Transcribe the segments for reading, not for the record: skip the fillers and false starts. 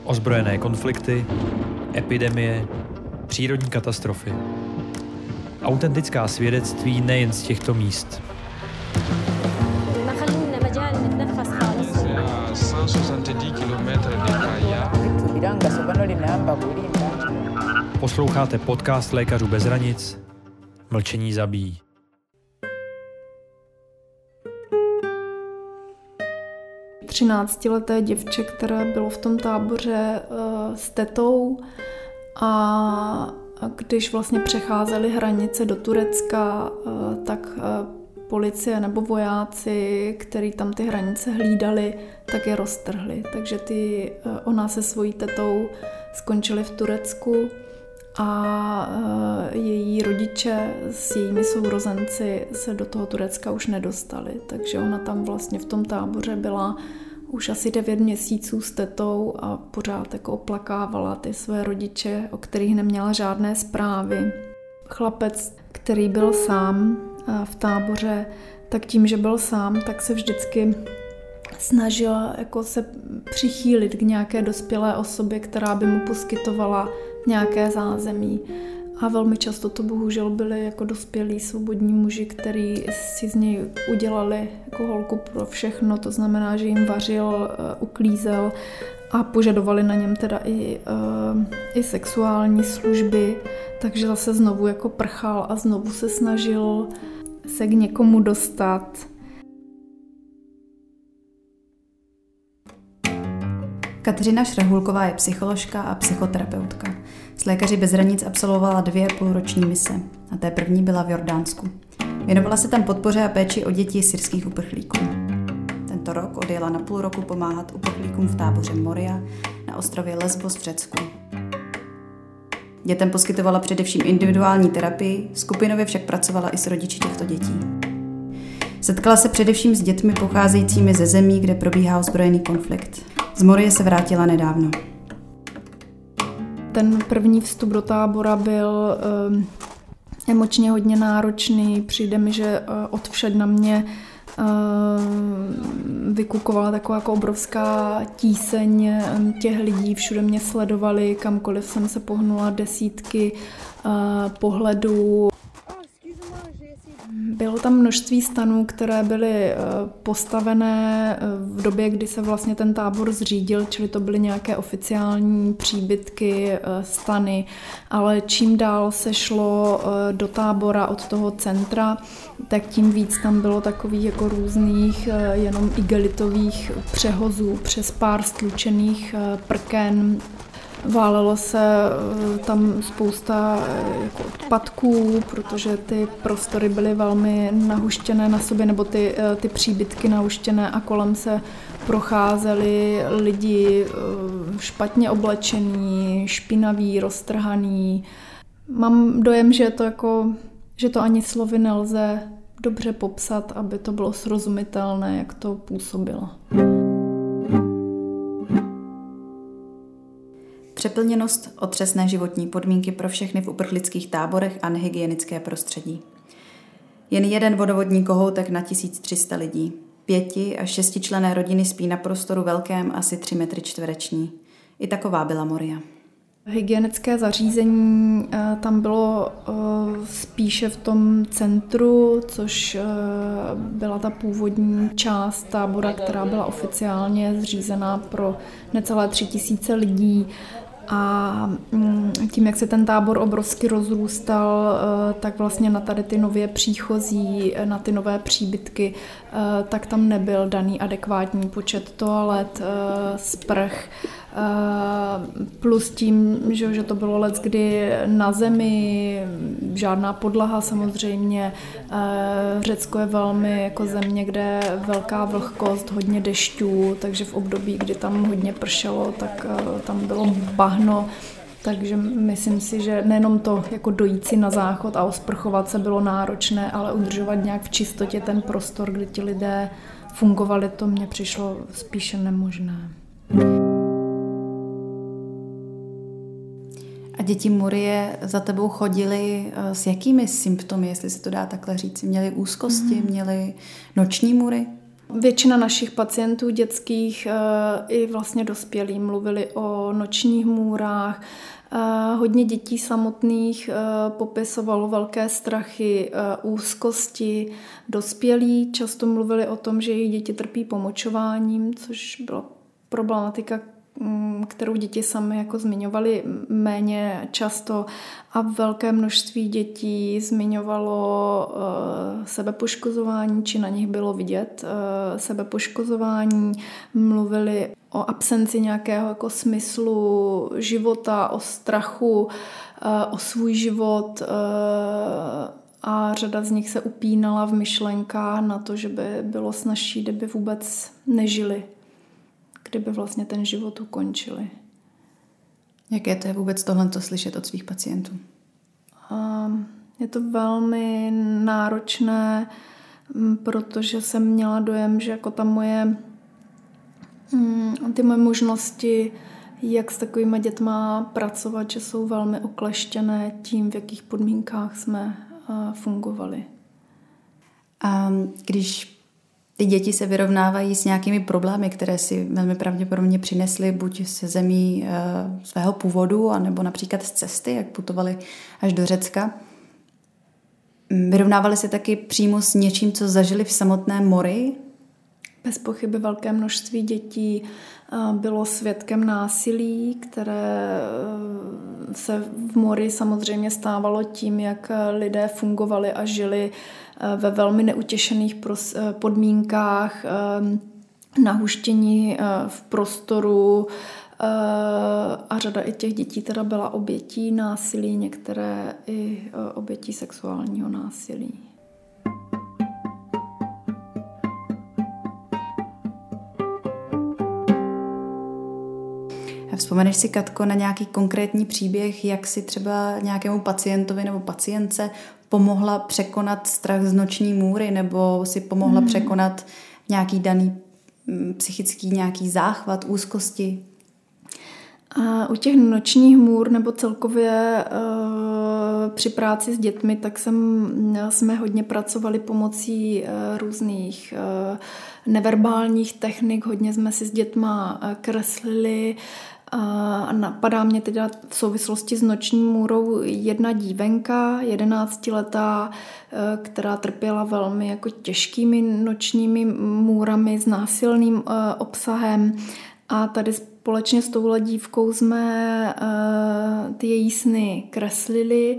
Ozbrojené konflikty, epidemie, přírodní katastrofy. Autentická svědectví nejen z těchto míst. Posloucháte podcast Lékařů bez hranic. Mlčení zabíjí. Třináctileté děvče, které bylo v tom táboře s tetou, a když vlastně přecházeli hranice do Turecka, tak policie nebo vojáci, kteří tam ty hranice hlídali, tak je roztrhli. Takže ona se svojí tetou skončili v Turecku a její rodiče s jejími sourozenci se do toho Turecka už nedostali. Takže ona tam vlastně v tom táboře byla už asi 9 měsíců s tetou a pořád jako oplakávala ty své rodiče, o kterých neměla žádné zprávy. Chlapec, který byl sám v táboře, tak tím, že byl sám, tak se vždycky snažil jako se přichýlit k nějaké dospělé osobě, která by mu poskytovala nějaké zázemí. A velmi často to bohužel byli jako dospělí svobodní muži, kteří si z něj udělali jako holku pro všechno. To znamená, že jim vařil, uklízel a požadovali na něm teda i sexuální služby. Takže zase znovu jako prchal a znovu se snažil se k někomu dostat. Kateřina Šrehulková je psycholožka a psychoterapeutka. S Lékaři bez hranic absolvovala 2 půlroční mise a té první byla v Jordánsku. Věnovala se tam podpoře a péči o děti syrských uprchlíků. Tento rok odjela na půl roku pomáhat uprchlíkům v táboře Moria na ostrově Lesbos v Řecku. Dětem poskytovala především individuální terapii, skupinově však pracovala i s rodiči těchto dětí. Setkala se především s dětmi pocházejícími ze zemí, kde probíhá ozbrojený konflikt. Z Morie se vrátila nedávno. Ten první vstup do tábora byl emočně hodně náročný. Přijde mi, že odvšad na mě vykukovala taková jako obrovská tíseň těch lidí. Všude mě sledovali, kamkoliv jsem se pohnula, desítky pohledů. Bylo tam množství stanů, které byly postavené v době, kdy se vlastně ten tábor zřídil, čili to byly nějaké oficiální příbytky, stany, ale čím dál se šlo do tábora od toho centra, tak tím víc tam bylo takových jako různých jenom igelitových přehozů přes pár stlučených prken. Válelo se tam spousta jako odpadků, protože ty prostory byly velmi nahuštěné na sobě, nebo ty příbytky nahuštěné a kolem se procházeli lidi špatně oblečení, špinaví, roztrhaný. Mám dojem, že to ani slovy nelze dobře popsat, aby to bylo srozumitelné, jak to působilo. Přeplněnost, otřesné životní podmínky pro všechny v uprchlických táborech a nehygienické prostředí. Jen jeden vodovodní kohoutek na 1300 lidí. 5- až 6členné rodiny spí na prostoru velkém asi 3 metry čtvereční. I taková byla Moria. Hygienické zařízení tam bylo spíše v tom centru, což byla ta původní část tábora, která byla oficiálně zřízená pro necelé 3000 lidí. A tím, jak se ten tábor obrovsky rozrůstal, tak vlastně na tady ty nově příchozí, na ty nové příbytky, tak tam nebyl daný adekvátní počet toalet, sprch, plus tím, že to bylo leckdy na zemi, žádná podlaha samozřejmě. Řecko je velmi jako země, kde je velká vlhkost, hodně dešťů, takže v období, kdy tam hodně pršelo, tak tam bylo bahno. Takže myslím si, že nejenom to jako dojít si na záchod a osprchovat se bylo náročné, ale udržovat nějak v čistotě ten prostor, kde ti lidé fungovali, to mně přišlo spíše nemožné. A děti Morie za tebou chodily s jakými symptomy, jestli se to dá takhle říct? Měly úzkosti, měly noční můry? Většina našich pacientů dětských i vlastně dospělí mluvili o nočních můrách. Hodně dětí samotných popisovalo velké strachy, úzkosti. Dospělí často mluvili o tom, že jejich děti trpí pomočováním, což byla problematika, kterou děti sami jako zmiňovali méně často, a velké množství dětí zmiňovalo sebepoškozování, či na nich bylo vidět sebepoškozování. Mluvili o absenci nějakého jako smyslu života, o strachu, o svůj život, a řada z nich se upínala v myšlenkách na to, že by bylo snazší, kdyby vůbec nežili, kdyby vlastně ten život ukončili. Jaké to je vůbec tohleto slyšet od svých pacientů? Je to velmi náročné, protože jsem měla dojem, že jako ty moje možnosti, jak s takovýma dětma pracovat, že jsou velmi okleštěné tím, v jakých podmínkách jsme fungovali. A když ty děti se vyrovnávají s nějakými problémy, které si velmi pravděpodobně přinesly buď ze zemí svého původu, anebo například z cesty, jak putovali až do Řecka, vyrovnávali se taky přímo s něčím, co zažili v samotném mori? Bez pochyby velké množství dětí bylo svědkem násilí, které se v mori samozřejmě stávalo tím, jak lidé fungovali a žili ve velmi neutěšených podmínkách, nahuštění v prostoru, a řada i těch dětí teda byla obětí násilí, některé i obětí sexuálního násilí. Vzpomeneš si, Katko, na nějaký konkrétní příběh, jak si třeba nějakému pacientovi nebo pacientce pomohla překonat strach z noční můry, nebo si pomohla překonat nějaký daný psychický nějaký záchvat, úzkosti? A u těch nočních můr nebo celkově při práci s dětmi, tak jsme hodně pracovali pomocí různých neverbálních technik, hodně jsme si s dětma kreslili. A napadá mě teda v souvislosti s noční můrou jedna dívenka, 11letá, která trpěla velmi jako těžkými nočními můrami s násilným obsahem. A tady společně s touhle dívkou jsme ty její sny kreslili.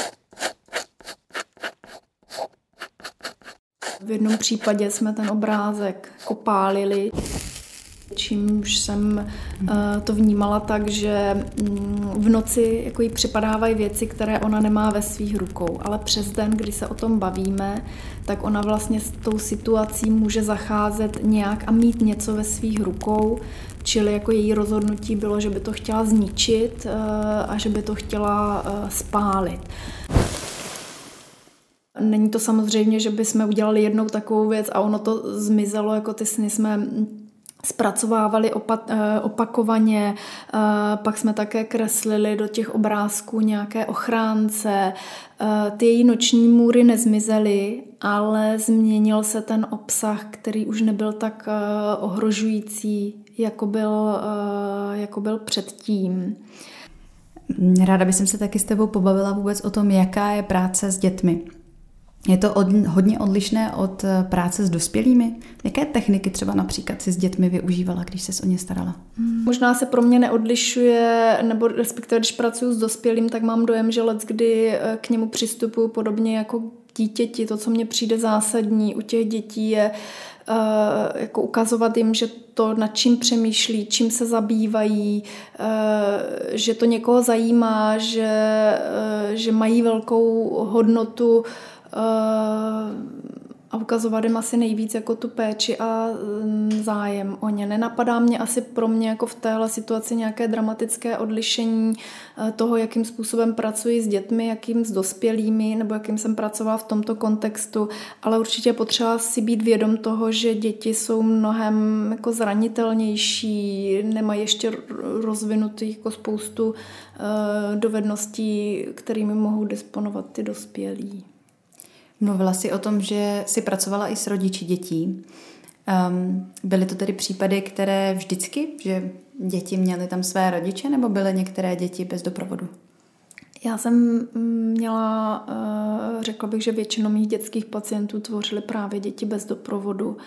V jednom případě jsme ten obrázek pálili, čímž jsem to vnímala tak, že v noci jako jí připadávají věci, které ona nemá ve svých rukou, ale přes den, kdy se o tom bavíme, tak ona vlastně s tou situací může zacházet nějak a mít něco ve svých rukou, čili jako její rozhodnutí bylo, že by to chtěla zničit a že by to chtěla spálit. Není to samozřejmě, že bychom udělali jednou takovou věc a ono to zmizelo, jako ty sny jsme zpracovávali opakovaně, pak jsme také kreslili do těch obrázků nějaké ochránce. Ty její noční můry nezmizely, ale změnil se ten obsah, který už nebyl tak ohrožující, jako byl předtím. Ráda bych se taky s tebou pobavila vůbec o tom, jaká je práce s dětmi. Je to hodně odlišné od práce s dospělými? Jaké techniky třeba například si s dětmi využívala, když ses o ně starala? Možná se pro mě neodlišuje, nebo respektive když pracuji s dospělým, tak mám dojem, že leckdy k němu přistupuju podobně jako k dítěti. To, co mně přijde zásadní u těch dětí, je jako ukazovat jim, že to, nad čím přemýšlí, čím se zabývají, že to někoho zajímá, že mají velkou hodnotu, a ukazovat jim asi nejvíc jako tu péči a zájem o ně. Nenapadá mě asi pro mě jako v téhle situaci nějaké dramatické odlišení toho, jakým způsobem pracuji s dětmi, jakým s dospělými, nebo jakým jsem pracovala v tomto kontextu, ale určitě potřeba si být vědom toho, že děti jsou mnohem jako zranitelnější, nemají ještě rozvinutých jako spoustu dovedností, kterými mohou disponovat ty dospělí. Mluvila jsi o tom, že jsi pracovala i s rodiči dětí. Byly to tedy případy, které vždycky, že děti měly tam své rodiče, nebo byly některé děti bez doprovodu? Já jsem měla, řekla bych, že většinou mých dětských pacientů tvořily právě děti bez doprovodu.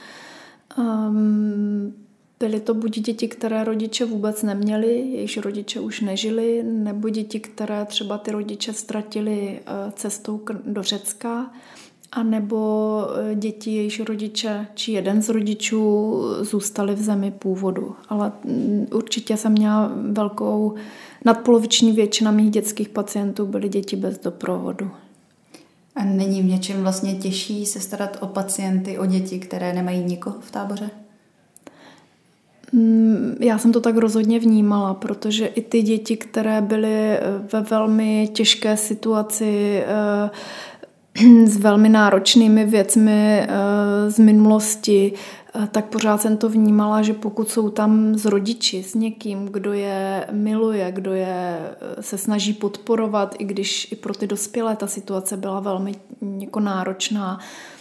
Byly to buď děti, které rodiče vůbec neměli, jejichž rodiče už nežili, nebo děti, které třeba ty rodiče ztratili cestou do Řecka, a nebo děti, jejichž rodiče či jeden z rodičů zůstali v zemi původu. Ale určitě jsem měla nadpoloviční většina mých dětských pacientů byly děti bez doprovodu. A není v něčem vlastně těžší se starat o pacienty, o děti, které nemají nikoho v táboře? Já jsem to tak rozhodně vnímala, protože i ty děti, které byly ve velmi těžké situaci, s velmi náročnými věcmi z minulosti, tak pořád jsem to vnímala, že pokud jsou tam s rodiči, s někým, kdo je miluje, kdo je se snaží podporovat, i když i pro ty dospělé ta situace byla velmi jako náročná,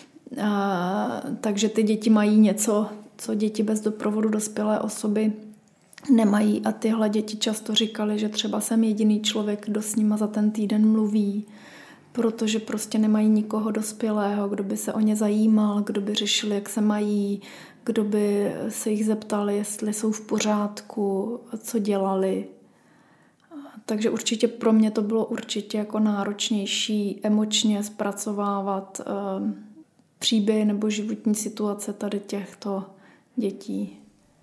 takže ty děti mají něco, co děti bez doprovodu dospělé osoby nemají, a tyhle děti často říkaly, že třeba jsem jediný člověk, kdo s nima za ten týden mluví, protože prostě nemají nikoho dospělého, kdo by se o ně zajímal, kdo by řešil, jak se mají, kdo by se jich zeptal, jestli jsou v pořádku, co dělali. Takže určitě pro mě to bylo určitě jako náročnější emočně zpracovávat příběhy nebo životní situace tady těchto dětí.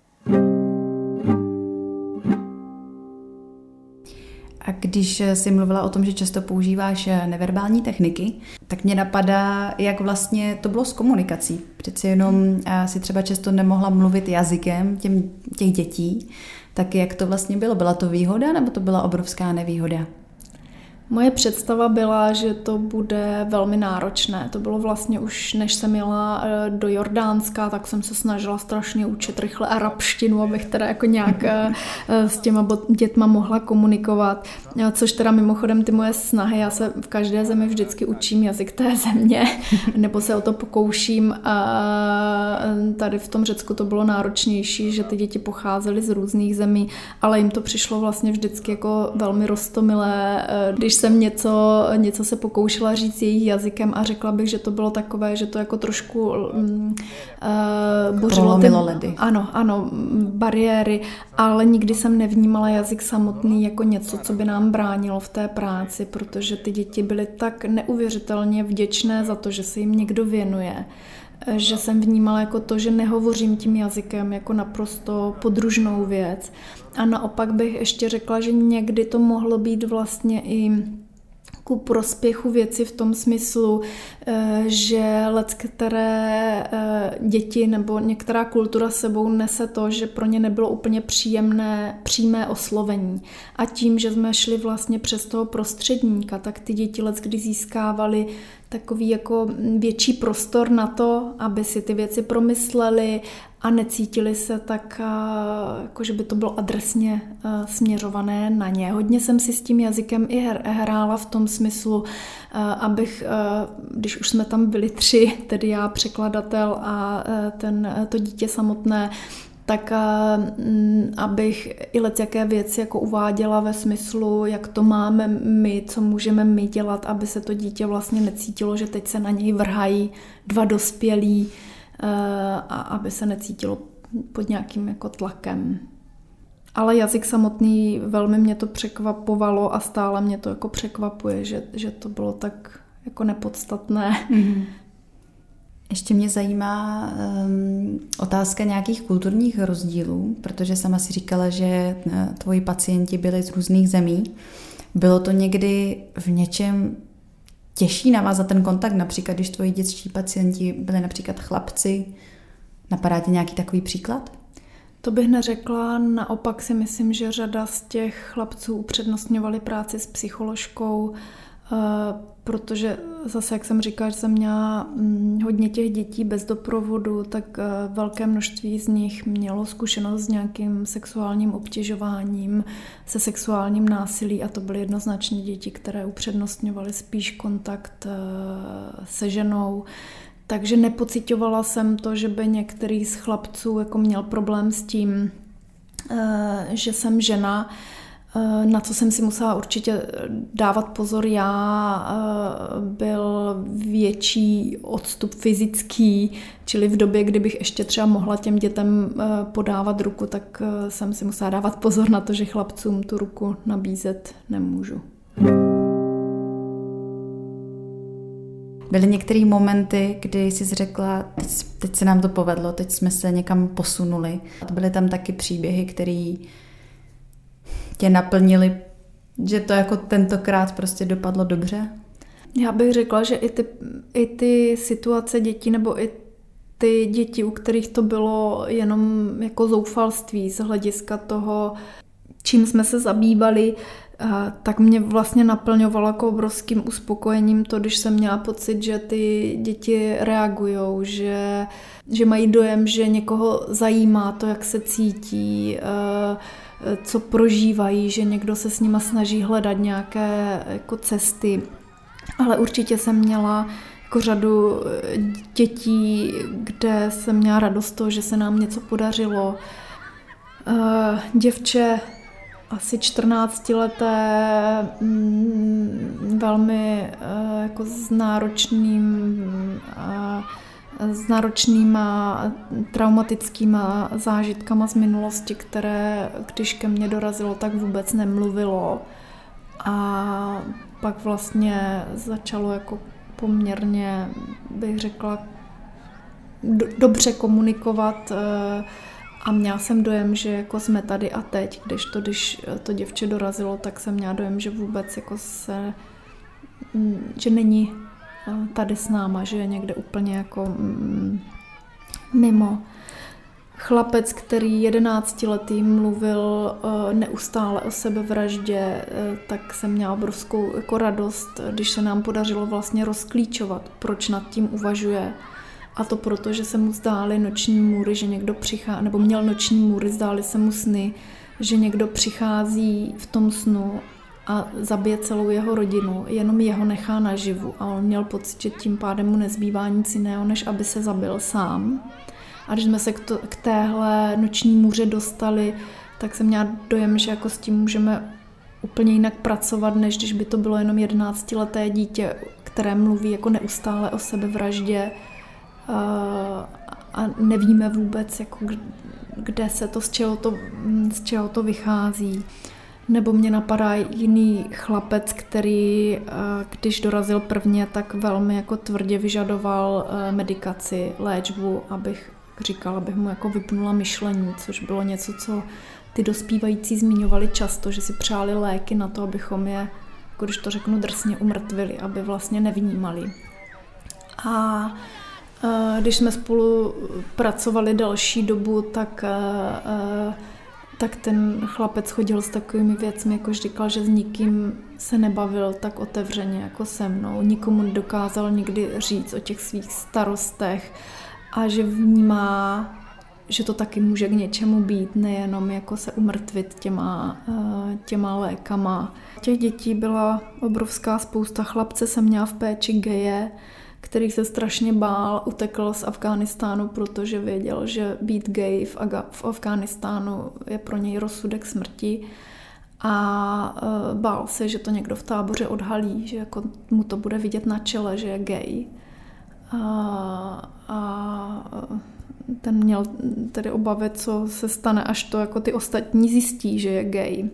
A když jsi mluvila o tom, že často používáš neverbální techniky, tak mě napadá, jak vlastně to bylo s komunikací. Přeci jenom si třeba často nemohla mluvit jazykem těch dětí, tak jak to vlastně bylo? Byla to výhoda, nebo to byla obrovská nevýhoda? Moje představa byla, že to bude velmi náročné. To bylo vlastně už, než jsem jela do Jordánska, tak jsem se snažila strašně učit rychle arabštinu, abych teda jako nějak s těma dětma mohla komunikovat. Což teda mimochodem ty moje snahy, já se v každé zemi vždycky učím jazyk té země, nebo se o to pokouším. Tady v tom Řecku to bylo náročnější, že ty děti pocházely z různých zemí, ale jim to přišlo vlastně vždycky jako velmi roztomilé, když jsem něco se pokoušela říct jejich jazykem a řekla bych, že to bylo takové, že to jako trošku bořilo ty ledy. Ano, bariéry, ale nikdy jsem nevnímala jazyk samotný jako něco, co by nám bránilo v té práci, protože ty děti byly tak neuvěřitelně vděčné za to, že se jim někdo věnuje, že jsem vnímala jako to, že nehovořím tím jazykem jako naprosto podružnou věc. A naopak bych ještě řekla, že někdy to mohlo být vlastně i ku prospěchu věci v tom smyslu, že leckteré děti nebo některá kultura sebou nese to, že pro ně nebylo úplně přímé oslovení. A tím, že jsme šli vlastně přes toho prostředníka, tak ty děti leckdy získávaly takový jako větší prostor na to, aby si ty věci promysleli a necítili se tak, jako že by to bylo adresně směřované na ně. Hodně jsem si s tím jazykem i hrála v tom smyslu, abych, když už jsme tam byli 3, tedy já, překladatel a to dítě samotné, tak abych i jaké věci jako uváděla ve smyslu, jak to máme my, co můžeme my dělat, aby se to dítě vlastně necítilo, že teď se na něj vrhají 2 dospělí, a aby se necítilo pod nějakým jako tlakem. Ale jazyk samotný velmi mě to překvapovalo a stále mě to jako překvapuje, že to bylo tak jako nepodstatné. Mm-hmm. Ještě mě zajímá otázka nějakých kulturních rozdílů, protože sama si říkala, že tvoji pacienti byli z různých zemí. Bylo to někdy v něčem těžší navázat ten kontakt, například když tvoji dětští pacienti byli například chlapci? Napadá ti nějaký takový příklad? To bych neřekla, naopak si myslím, že řada z těch chlapců upřednostňovali práci s psycholožkou, protože zase, jak jsem říkala, že jsem měla hodně těch dětí bez doprovodu, tak velké množství z nich mělo zkušenost s nějakým sexuálním obtěžováním, se sexuálním násilí, a to byly jednoznačně děti, které upřednostňovaly spíš kontakt se ženou. Takže nepociťovala jsem to, že by některý z chlapců jako měl problém s tím, že jsem žena, na co jsem si musela určitě dávat pozor já, byl větší odstup fyzický, čili v době, kdybych ještě třeba mohla těm dětem podávat ruku, tak jsem si musela dávat pozor na to, že chlapcům tu ruku nabízet nemůžu. Byly některé momenty, kdy jsi řekla, teď se nám to povedlo, teď jsme se někam posunuli. Byly tam taky příběhy, které tě naplnily, že to jako tentokrát prostě dopadlo dobře? Já bych řekla, že i ty situace dětí nebo i ty děti, u kterých to bylo jenom jako zoufalství z hlediska toho, čím jsme se zabývali, tak mě vlastně naplňovalo jako obrovským uspokojením to, když jsem měla pocit, že ty děti reagujou, že mají dojem, že někoho zajímá to, jak se cítí, co prožívají, že někdo se s nima snaží hledat nějaké jako cesty. Ale určitě jsem měla jako řadu dětí, kde jsem měla radost toho, že se nám něco podařilo. Děvče asi 14leté, velmi jako s náročnýma traumatickýma zážitkama z minulosti, které, když ke mně dorazilo, tak vůbec nemluvilo. A pak vlastně začalo jako poměrně, bych řekla, dobře komunikovat a měla jsem dojem, že jako jsme tady a teď, když to děvče dorazilo, tak jsem měla dojem, že vůbec jako že není tady s náma, že je někde úplně jako mimo. Chlapec, který 11letý mluvil neustále o sebevraždě, tak jsem měla obrovskou jako radost, když se nám podařilo vlastně rozklíčovat, proč nad tím uvažuje. A to proto, že se mu zdály noční můry, že někdo přichází, nebo měl noční můry, zdály se mu sny, že někdo přichází v tom snu a zabije celou jeho rodinu, jenom jeho nechá naživu. A on měl pocit, že tím pádem mu nezbývá nic jiného, než aby se zabil sám. A když jsme se k téhle noční můře dostali, tak jsem měla dojem, že jako s tím můžeme úplně jinak pracovat, než když by to bylo jenom 11leté dítě, které mluví jako neustále o sebevraždě a nevíme vůbec, jako kde se to, z čeho to vychází. Nebo mě napadá jiný chlapec, který, když dorazil prvně, tak velmi jako tvrdě vyžadoval medikaci, léčbu, abych mu jako vypnula myšlení, což bylo něco, co ty dospívající zmiňovali často, že si přáli léky na to, abychom je, jako když to řeknu drsně, umrtvili, aby vlastně nevnímali. A když jsme spolu pracovali další dobu, tak ten chlapec chodil s takovými věcmi, jakož říkal, že s nikým se nebavil tak otevřeně jako se mnou. Nikomu nedokázal nikdy říct o těch svých starostech a že vnímá, že to taky může k něčemu být, nejenom jako se umrtvit těma lékama. Těch dětí byla obrovská spousta. Chlapce jsem měla v péči geje, který se strašně bál, utekl z Afghánistánu, protože věděl, že být gay v Afghánistánu je pro něj rozsudek smrti a bál se, že to někdo v táboře odhalí, že jako mu to bude vidět na čele, že je gay. A ten měl tedy obavy, co se stane, až to jako ty ostatní zjistí, že je gay.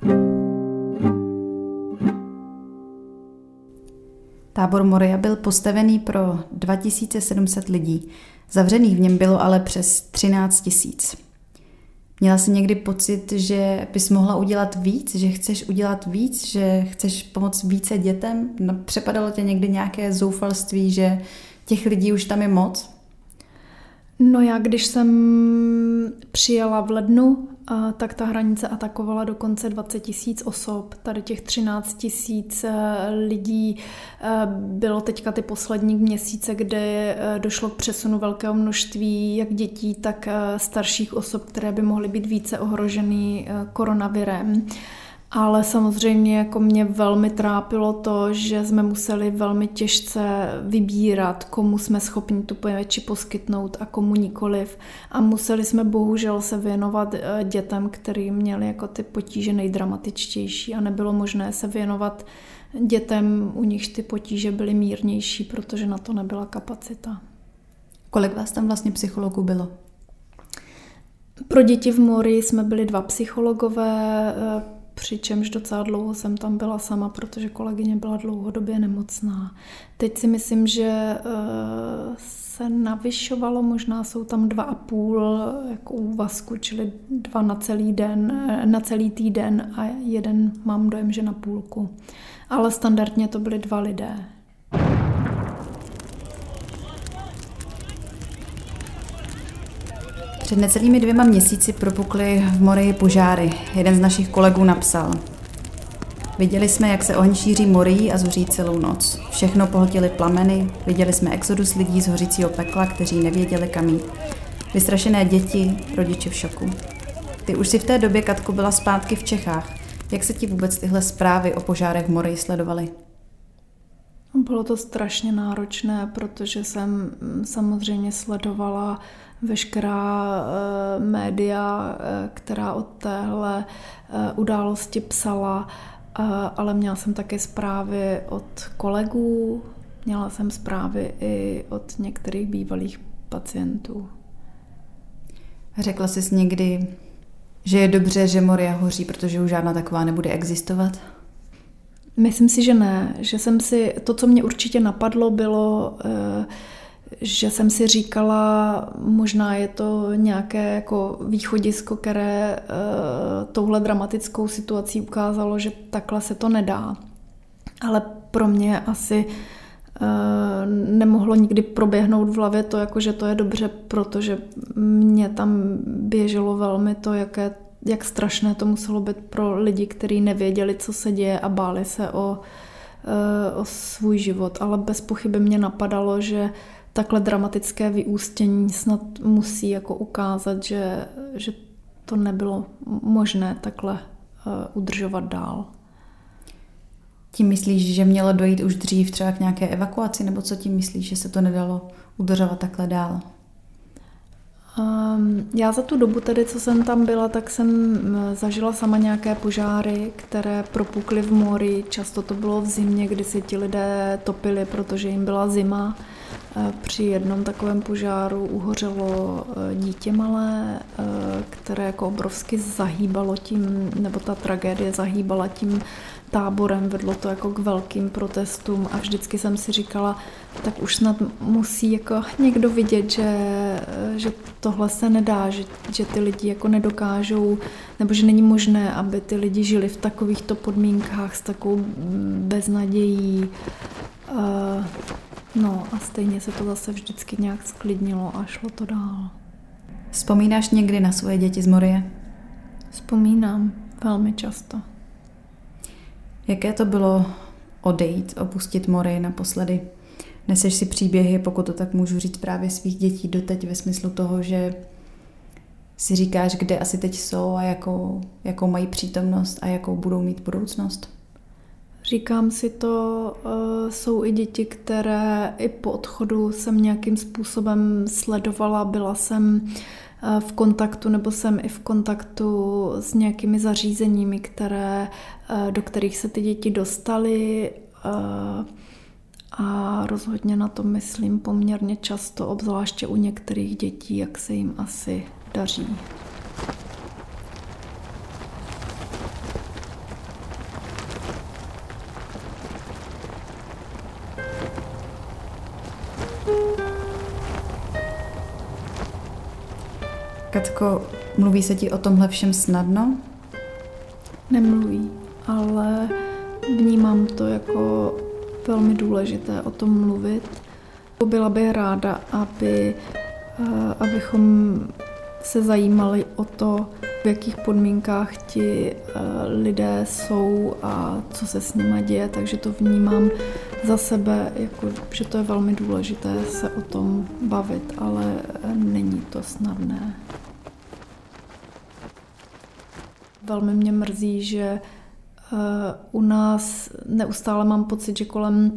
Tábor Moria byl postavený pro 2700 lidí. Zavřených v něm bylo ale přes 13 000. Měla jsi někdy pocit, že bys mohla udělat víc, že chceš udělat víc, že chceš pomoct více dětem? Přepadalo tě někdy nějaké zoufalství, že těch lidí už tam je moc? No já, když jsem přijela v lednu, tak ta hranice atakovala dokonce 20 000 osob. Tady těch 13 000 lidí bylo teďka ty poslední měsíce, kde došlo k přesunu velkého množství jak dětí, tak starších osob, které by mohly být více ohroženy koronavirem. Ale samozřejmě jako mě velmi trápilo to, že jsme museli velmi těžce vybírat, komu jsme schopni tu péči poskytnout a komu nikoliv. A museli jsme bohužel se věnovat dětem, který měli jako ty potíže nejdramatičtější a nebylo možné se věnovat dětem, u nichž ty potíže byly mírnější, protože na to nebyla kapacita. Kolik vás tam vlastně psychologů bylo? Pro děti v Morii jsme byli 2 psychologové, přičemž docela dlouho jsem tam byla sama, protože kolegyně byla dlouhodobě nemocná. Teď si myslím, že se navyšovalo, možná jsou tam 2,5 jako úvazku, čili 2 na celý týden a 1 mám dojem, že na půlku. Ale standardně to byli 2 lidé. Před necelými 2 měsíci propukly v Morii požáry. Jeden z našich kolegů napsal: Viděli jsme, jak se oheň šíří Morií a zuří celou noc. Všechno pohltily plameny, viděli jsme exodus lidí z hořícího pekla, kteří nevěděli kam jít. Vystrašené děti, rodiče v šoku. Ty už si v té době, Katko, byla zpátky v Čechách. Jak se ti vůbec tyhle zprávy o požárech v Morii sledovaly? Bylo to strašně náročné, protože jsem samozřejmě sledovala veškerá média, která o téhle události psala, ale měla jsem také zprávy od kolegů, měla jsem zprávy i od některých bývalých pacientů. Řekla jsi někdy, že je dobře, že Moria hoří, protože už žádná taková nebude existovat? Myslím si, že ne. Že jsem si, to, co mě určitě napadlo, bylo, že jsem si říkala, možná je to nějaké jako východisko, které touhle dramatickou situací ukázalo, že takhle se to nedá. Ale pro mě asi nemohlo nikdy proběhnout v hlavě to, jako, že to je dobře, protože mě tam běželo velmi to, jak strašné to muselo být pro lidi, kteří nevěděli, co se děje a báli se o svůj život. Ale bez pochyby mě napadalo, že takhle dramatické vyústění snad musí jako ukázat, že to nebylo možné takhle udržovat dál. Tím myslíš, že mělo dojít už dřív třeba k nějaké evakuaci, nebo co tím myslíš, že se to nedalo udržovat takhle dál? Já za tu dobu tedy, co jsem tam byla, tak jsem zažila sama nějaké požáry, které propukly v Morii. Často to bylo v zimě, kdy si ti lidé topili, protože jim byla zima. Při jednom takovém požáru uhořelo dítě malé, které jako obrovsky zahýbalo tím, nebo ta tragédie zahýbala tím táborem, vedlo to jako k velkým protestům a vždycky jsem si říkala, tak už snad musí jako někdo vidět, že tohle se nedá, že ty lidi jako nedokážou, nebo že není možné, aby ty lidi žili v takovýchto podmínkách s takovou beznadějí. No a stejně se to zase vždycky nějak sklidnilo a šlo to dál. Vzpomínáš někdy na svoje děti z Morie? Vzpomínám velmi často. Jaké to bylo odejít, opustit Morii naposledy? Neseš si příběhy, pokud to tak můžu říct, právě svých dětí doteď ve smyslu toho, že si říkáš, kde asi teď jsou a jakou mají přítomnost a jakou budou mít budoucnost? Říkám si to, jsou i děti, které i po odchodu jsem nějakým způsobem sledovala, byla jsem v kontaktu nebo jsem i v kontaktu s nějakými zařízeními, do kterých se ty děti dostaly a rozhodně na to myslím poměrně často, obzvláště u některých dětí, jak se jim asi daří. Katko, mluví se ti o tomhle všem snadno? Nemluví, ale vnímám to jako velmi důležité o tom mluvit. Byla bych ráda, abychom se zajímali o to, v jakých podmínkách ti lidé jsou a co se s nima děje, takže to vnímám za sebe, jako, že to je velmi důležité se o tom bavit, ale není to snadné. Velmi mě mrzí, že u nás neustále mám pocit, že kolem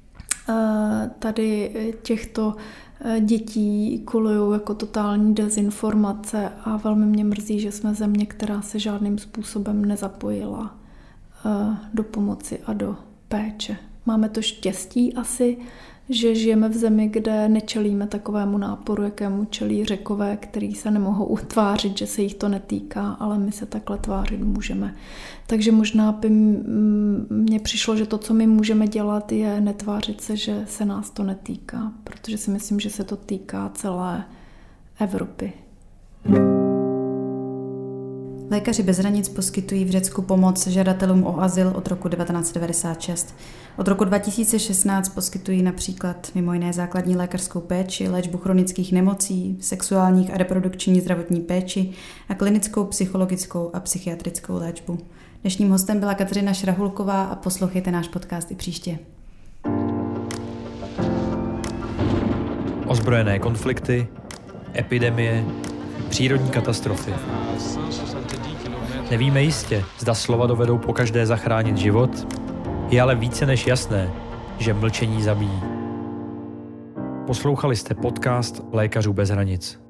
tady těchto dětí kolují jako totální dezinformace a velmi mě mrzí, že jsme země, která se žádným způsobem nezapojila do pomoci a do péče. Máme to štěstí asi, že žijeme v zemi, kde nečelíme takovému náporu, jakému čelí Řekové, který se nemohou utvářit, že se jich to netýká, ale my se takhle tvářit můžeme. Takže možná by mně přišlo, že to, co my můžeme dělat, je netvářit se, že se nás to netýká, protože si myslím, že se to týká celé Evropy. Lékaři bez hranic poskytují v Řecku pomoc žadatelům o azyl od roku 1996. Od roku 2016 poskytují například mimo jiné základní lékařskou péči, léčbu chronických nemocí, sexuálních a reprodukční zdravotní péči a klinickou, psychologickou a psychiatrickou léčbu. Dnešním hostem byla Kateřina Šrahulková a poslouchejte náš podcast i příště. Ozbrojené konflikty, epidemie, přírodní katastrofy. Nevíme jistě, zda slova dovedou pokaždé zachránit život, je ale více než jasné, že mlčení zabíjí. Poslouchali jste podcast Lékařů bez hranic.